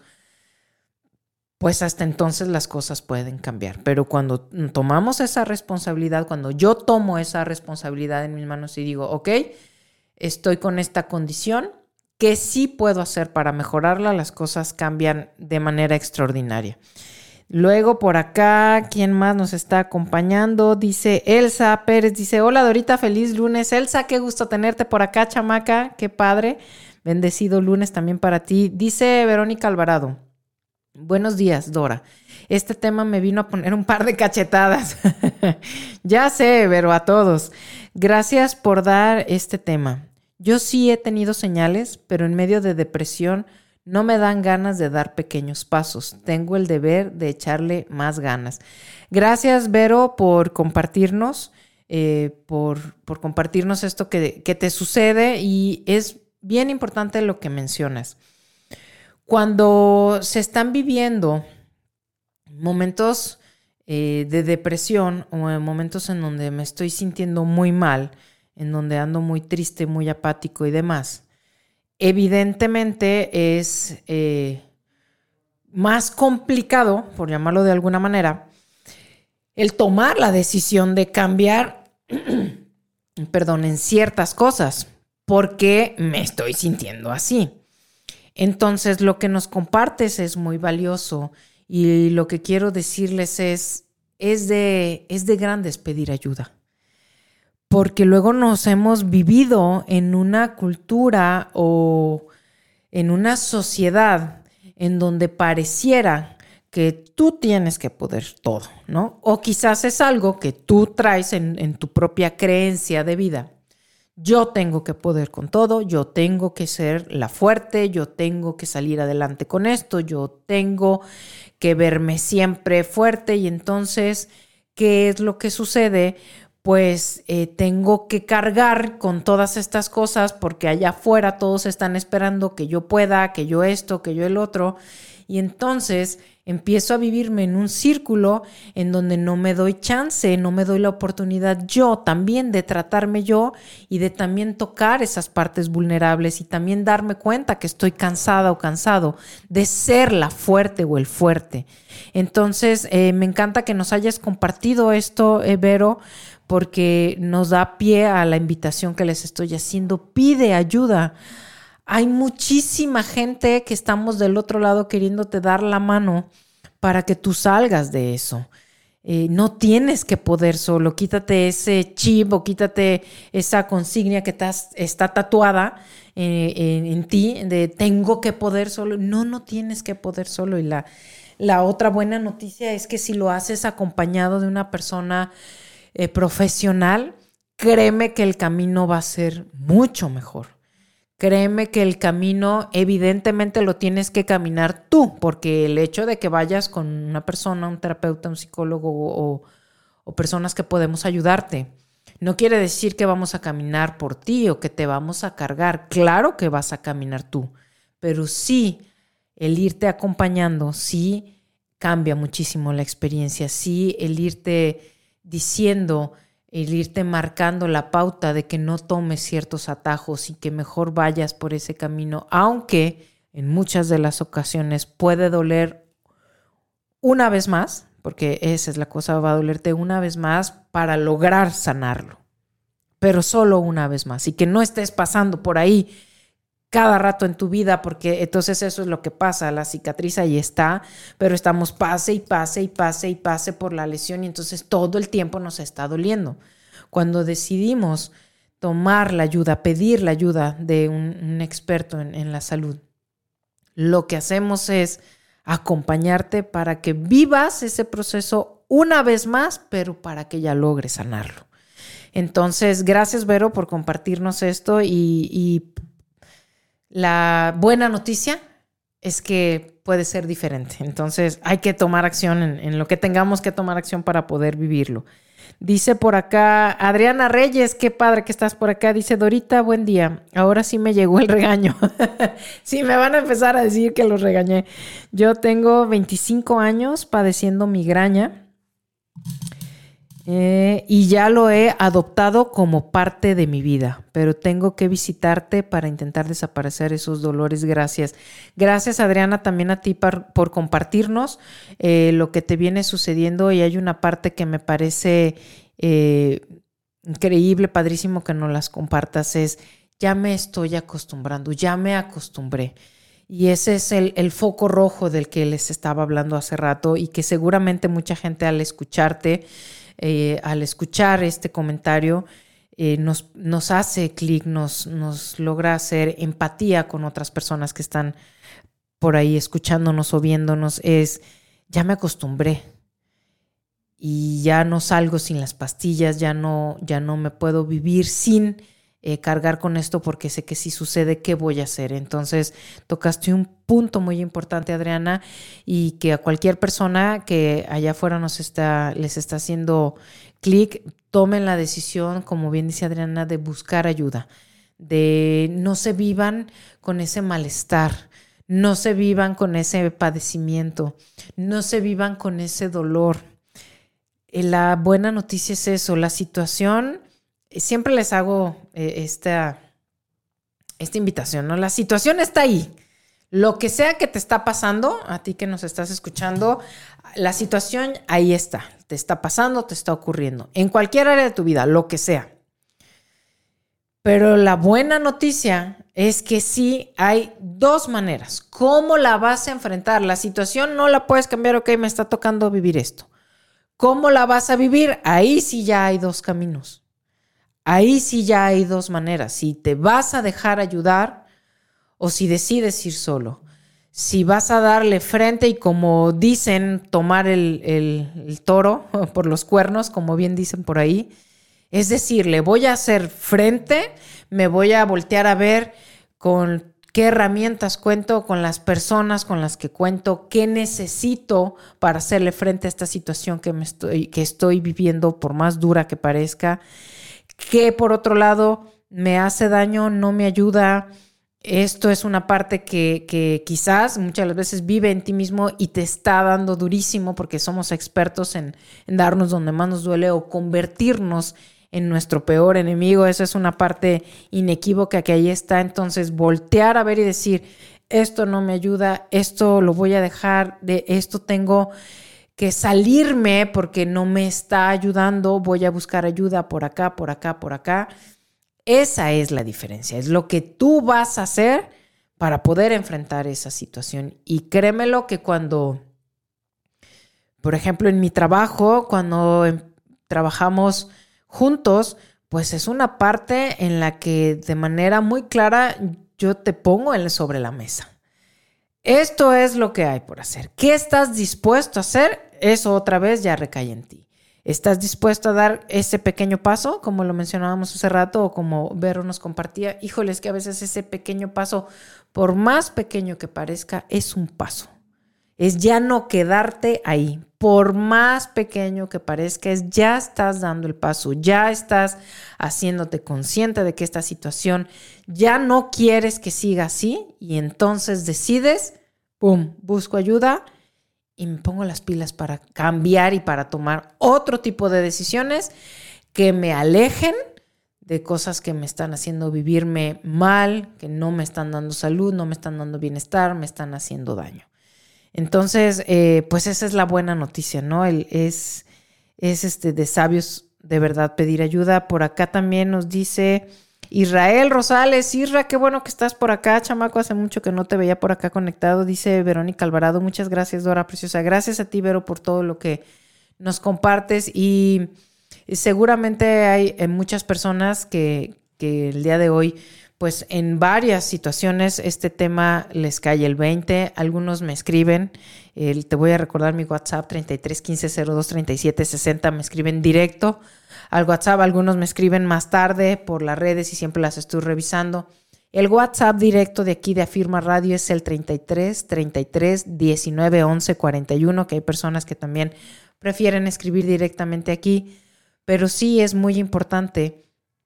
pues hasta entonces las cosas pueden cambiar. Pero cuando tomamos esa responsabilidad, cuando yo tomo esa responsabilidad en mis manos y digo, ok, estoy con esta condición, ¿qué sí puedo hacer para mejorarla? Las cosas cambian de manera extraordinaria. Luego por acá, ¿quién más nos está acompañando? Dice Elsa Pérez, dice, hola Dorita, feliz lunes. Elsa, qué gusto tenerte por acá, chamaca, qué padre. Bendecido lunes también para ti. Dice Verónica Alvarado, buenos días, Dora. Este tema me vino a poner un par de cachetadas. Ya sé, pero a todos. Gracias por dar este tema. Yo sí he tenido señales, pero en medio de depresión no me dan ganas de dar pequeños pasos. Tengo el deber de echarle más ganas. Gracias, Vero, por compartirnos, eh, por, por compartirnos esto que, que te sucede, y es bien importante lo que mencionas. Cuando se están viviendo momentos eh, de depresión o en momentos en donde me estoy sintiendo muy mal, en donde ando muy triste, muy apático y demás, evidentemente es eh, más complicado, por llamarlo de alguna manera, el tomar la decisión de cambiar, perdón, en ciertas cosas, porque me estoy sintiendo así. Entonces, lo que nos compartes es muy valioso y lo que quiero decirles es, es de, es de grandes pedir ayuda. Porque luego nos hemos vivido en una cultura o en una sociedad en donde pareciera que tú tienes que poder todo, ¿no? O quizás es algo que tú traes en, en tu propia creencia de vida. Yo tengo que poder con todo, yo tengo que ser la fuerte, yo tengo que salir adelante con esto, yo tengo que verme siempre fuerte. Y entonces, ¿qué es lo que sucede? Pues eh, tengo que cargar con todas estas cosas porque allá afuera todos están esperando que yo pueda, que yo esto, que yo el otro. Y entonces empiezo a vivirme en un círculo en donde no me doy chance, no me doy la oportunidad yo también de tratarme yo y de también tocar esas partes vulnerables y también darme cuenta que estoy cansada o cansado de ser la fuerte o el fuerte. Entonces, eh, me encanta que nos hayas compartido esto, eh, Vero, porque nos da pie a la invitación que les estoy haciendo. Pide ayuda. Hay muchísima gente que estamos del otro lado queriéndote dar la mano para que tú salgas de eso. Eh, no tienes que poder solo. Quítate ese chip o quítate esa consigna que estás, está tatuada eh, en, en ti de tengo que poder solo. No, no tienes que poder solo. Y la, la otra buena noticia es que si lo haces acompañado de una persona eh, profesional créeme que el camino va a ser mucho mejor. Créeme que el camino evidentemente lo tienes que caminar tú, porque el hecho de que vayas con una persona, un terapeuta, un psicólogo o, o personas que podemos ayudarte, no quiere decir que vamos a caminar por ti o que te vamos a cargar. Claro que vas a caminar tú, pero sí el irte acompañando, sí cambia muchísimo la experiencia, sí el irte diciendo, el irte marcando la pauta de que no tomes ciertos atajos y que mejor vayas por ese camino, aunque en muchas de las ocasiones puede doler una vez más, porque esa es la cosa, va a dolerte una vez más para lograr sanarlo, pero solo una vez más, y que no estés pasando por ahí cada rato en tu vida, porque entonces eso es lo que pasa, la cicatriz ahí está, pero estamos pase y pase y pase y pase por la lesión y entonces todo el tiempo nos está doliendo. Cuando decidimos tomar la ayuda, pedir la ayuda de un, un experto en, en la salud, lo que hacemos es acompañarte para que vivas ese proceso una vez más, pero para que ya logres sanarlo. Entonces, gracias, Vero, por compartirnos esto y, y la buena noticia es que puede ser diferente. Entonces hay que tomar acción en, en lo que tengamos que tomar acción para poder vivirlo. Dice por acá Adriana Reyes, qué padre que estás por acá. Dice Dorita, buen día. Ahora sí me llegó el regaño. Sí, me van a empezar a decir que los regañé. Yo tengo veinticinco años padeciendo migraña. Eh, y ya lo he adoptado como parte de mi vida, pero tengo que visitarte para intentar desaparecer esos dolores. Gracias. Gracias, Adriana, también a ti por, por compartirnos eh, lo que te viene sucediendo, y hay una parte que me parece eh, increíble, padrísimo que nos las compartas, es ya me estoy acostumbrando, ya me acostumbré. Y ese es el, el foco rojo del que les estaba hablando hace rato y que seguramente mucha gente al escucharte Eh, al escuchar este comentario eh, nos, nos hace clic, nos, nos logra hacer empatía con otras personas que están por ahí escuchándonos o viéndonos. Es, ya me acostumbré y ya no salgo sin las pastillas, ya no, ya no me puedo vivir sin eh, cargar con esto porque sé que si sucede, ¿qué voy a hacer? Entonces tocaste un punto muy importante, Adriana, y que a cualquier persona que allá afuera nos está, les está haciendo clic, tomen la decisión, como bien dice Adriana, de buscar ayuda, de no se vivan con ese malestar, no se vivan con ese padecimiento, no se vivan con ese dolor. La buena noticia es eso, la situación, siempre les hago eh, esta, esta invitación, ¿no? La situación está ahí. Lo que sea que te está pasando, a ti que nos estás escuchando, la situación ahí está. Te está pasando, te está ocurriendo. En cualquier área de tu vida, lo que sea. Pero la buena noticia es que sí hay dos maneras. ¿Cómo la vas a enfrentar? La situación no la puedes cambiar, ok, me está tocando vivir esto. ¿Cómo la vas a vivir? Ahí sí ya hay dos caminos. Ahí sí ya hay dos maneras. Si te vas a dejar ayudar o si decides ir solo. Si vas a darle frente y, como dicen, tomar el, el, el toro por los cuernos, como bien dicen por ahí. Es decir, le voy a hacer frente, me voy a voltear a ver con qué herramientas cuento, con las personas con las que cuento, qué necesito para hacerle frente a esta situación que, me estoy, que estoy viviendo, por más dura que parezca. Que por otro lado me hace daño, no me ayuda. Esto es una parte que, que quizás muchas de las veces vive en ti mismo y te está dando durísimo porque somos expertos en, en darnos donde más nos duele o convertirnos en nuestro peor enemigo. Esa es una parte inequívoca que ahí está. Entonces, voltear a ver y decir, esto no me ayuda, esto lo voy a dejar, de esto tengo que salirme porque no me está ayudando, voy a buscar ayuda por acá, por acá, por acá. Esa es la diferencia, es lo que tú vas a hacer para poder enfrentar esa situación. Y créemelo que cuando, por ejemplo, en mi trabajo, cuando trabajamos juntos, pues es una parte en la que de manera muy clara yo te pongo sobre la mesa. Esto es lo que hay por hacer. ¿Qué estás dispuesto a hacer? Eso otra vez ya recae en ti. ¿Estás dispuesto a dar ese pequeño paso, como lo mencionábamos hace rato, o como Vero nos compartía? Híjole, es que a veces ese pequeño paso, por más pequeño que parezca, es un paso. Es ya no quedarte ahí. Por más pequeño que parezca, es ya estás dando el paso, ya estás haciéndote consciente de que esta situación ya no quieres que siga así y entonces decides, pum, busco ayuda y me pongo las pilas para cambiar y para tomar otro tipo de decisiones que me alejen de cosas que me están haciendo vivirme mal, que no me están dando salud, no me están dando bienestar, me están haciendo daño. Entonces, eh, pues esa es la buena noticia, ¿no? El, es es este, de sabios de verdad pedir ayuda. Por acá también nos dice Israel Rosales. Isra, qué bueno que estás por acá, chamaco. Hace mucho que no te veía por acá conectado. Dice Verónica Alvarado. Muchas gracias, Dora Preciosa. Gracias a ti, Vero, por todo lo que nos compartes. Y seguramente hay muchas personas que, que el día de hoy, pues en varias situaciones este tema les cae el veinte. Algunos me escriben, eh, te voy a recordar mi WhatsApp treinta y tres quince cero dos treinta y siete sesenta, me escriben directo al WhatsApp. Algunos me escriben más tarde por las redes y siempre las estoy revisando. El WhatsApp directo de aquí de Afirma Radio es el treinta y tres treinta y tres diecinueve once cuarenta y uno, que hay personas que también prefieren escribir directamente aquí, pero sí es muy importante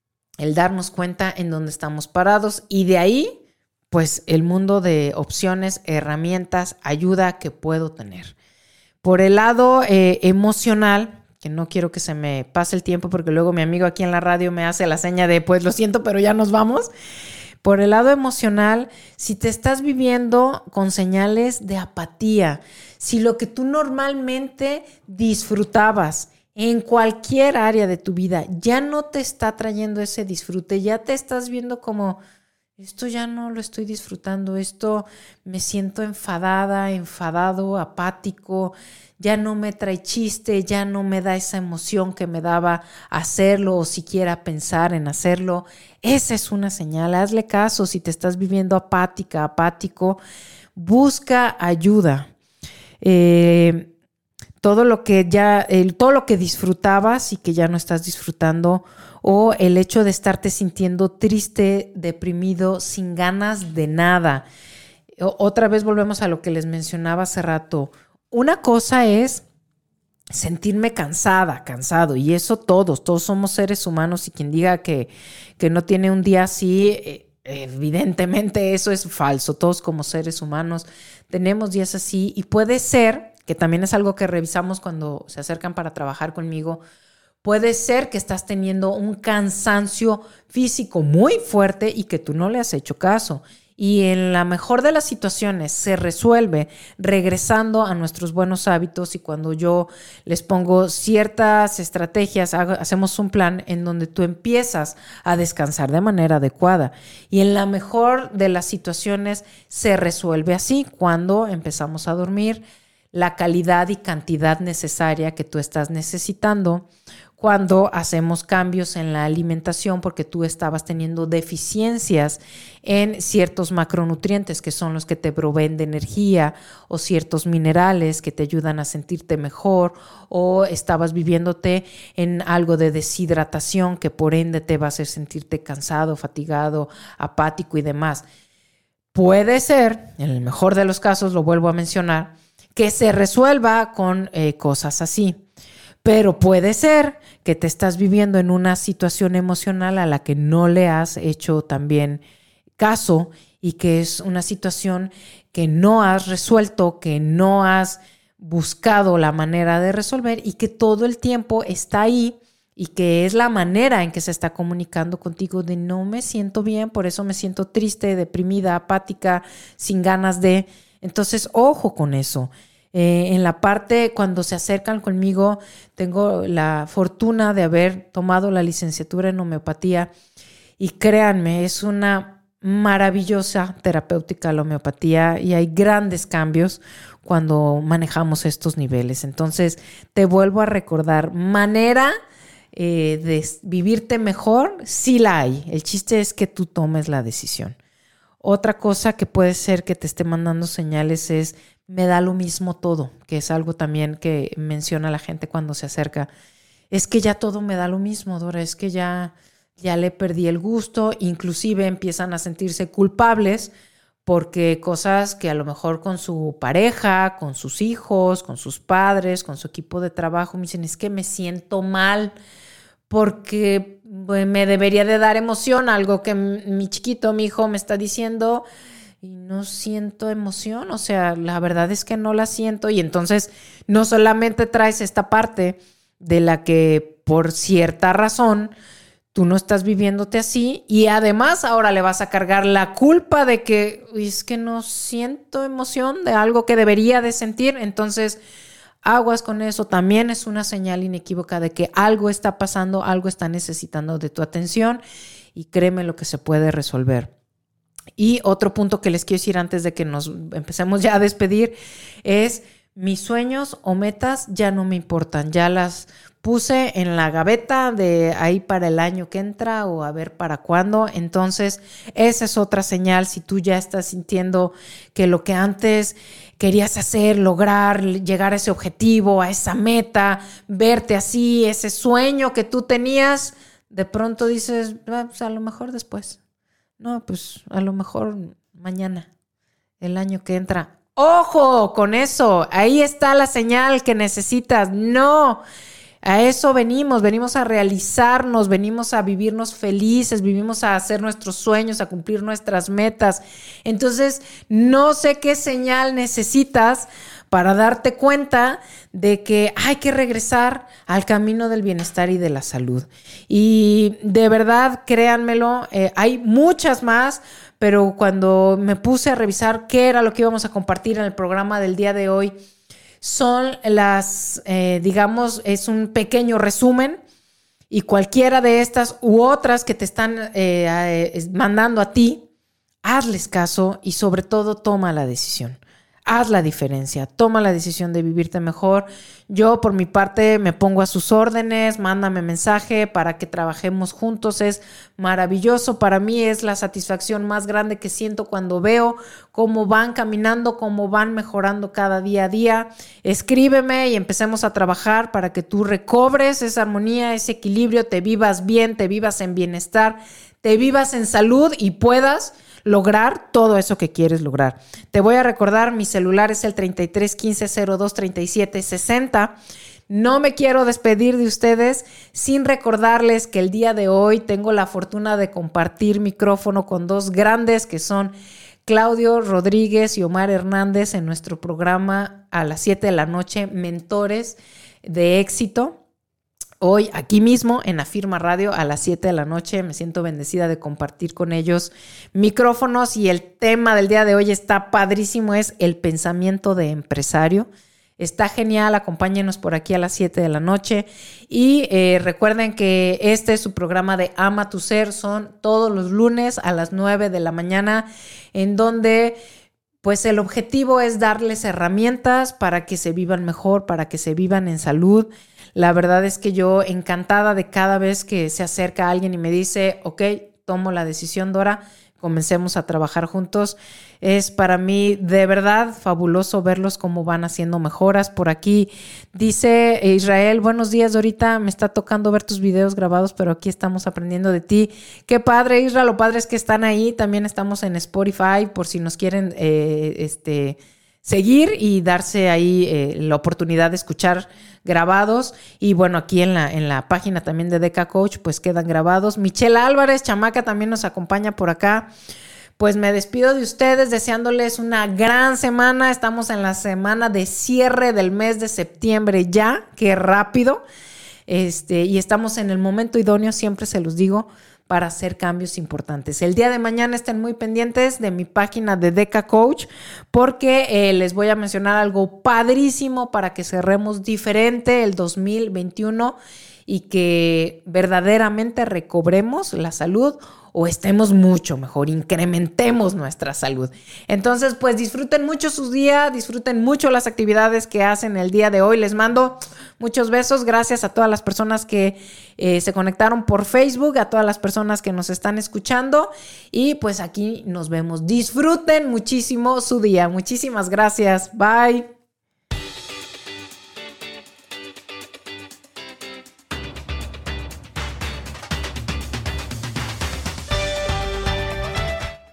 el darnos cuenta en dónde estamos parados y de ahí, pues el mundo de opciones, herramientas, ayuda que puedo tener. Por el lado eh, emocional, que no quiero que se me pase el tiempo porque luego mi amigo aquí en la radio me hace la seña de pues lo siento, pero ya nos vamos. Por el lado emocional, si te estás viviendo con señales de apatía, si lo que tú normalmente disfrutabas en cualquier área de tu vida ya no te está trayendo ese disfrute, ya te estás viendo como, esto ya no lo estoy disfrutando, esto me siento enfadada, enfadado, apático, ya no me trae chiste, ya no me da esa emoción que me daba hacerlo o siquiera pensar en hacerlo. Esa es una señal, hazle caso. Si te estás viviendo apática, apático, busca ayuda. Eh... Todo lo que ya, el, todo lo que disfrutabas y que ya no estás disfrutando, o el hecho de estarte sintiendo triste, deprimido, sin ganas de nada. O, otra vez volvemos a lo que les mencionaba hace rato. Una cosa es sentirme cansada, cansado, y eso todos, todos somos seres humanos y quien diga que, que no tiene un día así, eh, evidentemente eso es falso. Todos como seres humanos tenemos días así y puede ser, que también es algo que revisamos cuando se acercan para trabajar conmigo, puede ser que estás teniendo un cansancio físico muy fuerte y que tú no le has hecho caso. Y en la mejor de las situaciones se resuelve regresando a nuestros buenos hábitos, y cuando yo les pongo ciertas estrategias, hago, hacemos un plan en donde tú empiezas a descansar de manera adecuada. Y en la mejor de las situaciones se resuelve así, cuando empezamos a dormir la calidad y cantidad necesaria que tú estás necesitando, cuando hacemos cambios en la alimentación porque tú estabas teniendo deficiencias en ciertos macronutrientes que son los que te proveen de energía, o ciertos minerales que te ayudan a sentirte mejor, o estabas viviéndote en algo de deshidratación que por ende te va a hacer sentirte cansado, fatigado, apático y demás. Puede ser, en el mejor de los casos, lo vuelvo a mencionar, que se resuelva con eh, cosas así. Pero puede ser que te estás viviendo en una situación emocional a la que no le has hecho también caso, y que es una situación que no has resuelto, que no has buscado la manera de resolver y que todo el tiempo está ahí, y que es la manera en que se está comunicando contigo de no me siento bien, por eso me siento triste, deprimida, apática, sin ganas de... Entonces, ojo con eso. Eh, en la parte, cuando se acercan conmigo, tengo la fortuna de haber tomado la licenciatura en homeopatía, y créanme, es una maravillosa terapéutica la homeopatía, y hay grandes cambios cuando manejamos estos niveles. Entonces, te vuelvo a recordar, manera eh, de vivirte mejor, sí la hay. El chiste es que tú tomes la decisión. Otra cosa que puede ser que te esté mandando señales es me da lo mismo todo, que es algo también que menciona la gente cuando se acerca. es que ya todo me da lo mismo, Dora, es que ya, ya le perdí el gusto, inclusive empiezan a sentirse culpables porque cosas que a lo mejor con su pareja, con sus hijos, con sus padres, con su equipo de trabajo, me dicen, es que me siento mal porque me debería de dar emoción, algo que mi chiquito, mi hijo me está diciendo y no siento emoción, o sea, la verdad es que no la siento y entonces no solamente traes esta parte de la que por cierta razón tú no estás viviéndote así y además ahora le vas a cargar la culpa de que es que no siento emoción de algo que debería de sentir. Entonces, aguas con eso. También es una señal inequívoca de que algo está pasando, algo está necesitando de tu atención y créeme lo que se puede resolver. Y otro punto que les quiero decir antes de que nos empecemos ya a despedir es mis sueños o metas ya no me importan, ya las puse en la gaveta de ahí para el año que entra o a ver para cuándo. Entonces, esa es otra señal. Si tú ya estás sintiendo que lo que antes querías hacer, lograr, llegar a ese objetivo, a esa meta, verte así, ese sueño que tú tenías, de pronto dices, ah, pues a lo mejor después. No, pues a lo mejor mañana, el año que entra. ¡Ojo con eso! Ahí está la señal que necesitas. No, a eso venimos, venimos a realizarnos, venimos a vivirnos felices, vivimos a hacer nuestros sueños, a cumplir nuestras metas. Entonces, no sé qué señal necesitas para darte cuenta de que hay que regresar al camino del bienestar y de la salud. Y de verdad, créanmelo, eh, hay muchas más, pero cuando me puse a revisar qué era lo que íbamos a compartir en el programa del día de hoy, son las, eh, digamos, es un pequeño resumen y cualquiera de estas u otras que te están eh, eh, mandando a ti, hazles caso y sobre todo toma la decisión. Haz la diferencia, toma la decisión de vivirte mejor. Yo por mi parte me pongo a sus órdenes, mándame mensaje para que trabajemos juntos. Es maravilloso, para mí es la satisfacción más grande que siento cuando veo cómo van caminando, cómo van mejorando cada día a día. Escríbeme y empecemos a trabajar para que tú recobres esa armonía, ese equilibrio, te vivas bien, te vivas en bienestar, te vivas en salud y puedas lograr todo eso que quieres lograr. Te voy a recordar, mi celular es el treinta y tres quince cero dos treinta y siete sesenta. No me quiero despedir de ustedes sin recordarles que el día de hoy tengo la fortuna de compartir micrófono con dos grandes que son Claudio Rodríguez y Omar Hernández en nuestro programa a las siete de la noche, Mentores de Éxito. Hoy, aquí mismo, en Afirma Radio, a las siete de la noche, me siento bendecida de compartir con ellos micrófonos y el tema del día de hoy está padrísimo, es el pensamiento de empresario. Está genial, acompáñenos por aquí a las siete de la noche y eh, recuerden que este es su programa de Ama tu Ser, son todos los lunes a las nueve de la mañana, en donde pues el objetivo es darles herramientas para que se vivan mejor, para que se vivan en salud. La verdad es que yo encantada de cada vez que se acerca alguien y me dice, ok, tomo la decisión, Dora, comencemos a trabajar juntos. Es para mí de verdad fabuloso verlos cómo van haciendo mejoras. Por aquí dice Israel, buenos días, Dorita, me está tocando ver tus videos grabados, pero aquí estamos aprendiendo de ti. Qué padre, Israel, lo padre es que están ahí. También estamos en Spotify por si nos quieren eh, este, seguir y darse ahí eh, la oportunidad de escuchar grabados. Y bueno, aquí en la, en la página también de Deca Coach, pues quedan grabados. Michelle Álvarez, chamaca, también nos acompaña por acá. Pues me despido de ustedes deseándoles una gran semana. Estamos en la semana de cierre del mes de septiembre ya, qué rápido. Este, y estamos en el momento idóneo, siempre se los digo, para hacer cambios importantes. El día de mañana estén muy pendientes de mi página de Deca Coach porque eh, les voy a mencionar algo padrísimo para que cerremos diferente el dos mil veintiuno y que verdaderamente recobremos la salud o estemos mucho mejor, incrementemos nuestra salud. Entonces, pues disfruten mucho sus días, disfruten mucho las actividades que hacen el día de hoy. Les mando muchos besos, gracias a todas las personas que eh, se conectaron por Facebook, a todas las personas que nos están escuchando y pues aquí nos vemos. Disfruten muchísimo su día. Muchísimas gracias. Bye.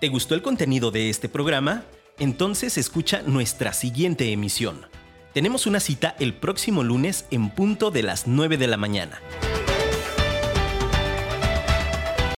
¿Te gustó el contenido de este programa? Entonces escucha nuestra siguiente emisión. Tenemos una cita el próximo lunes en punto de las nueve de la mañana.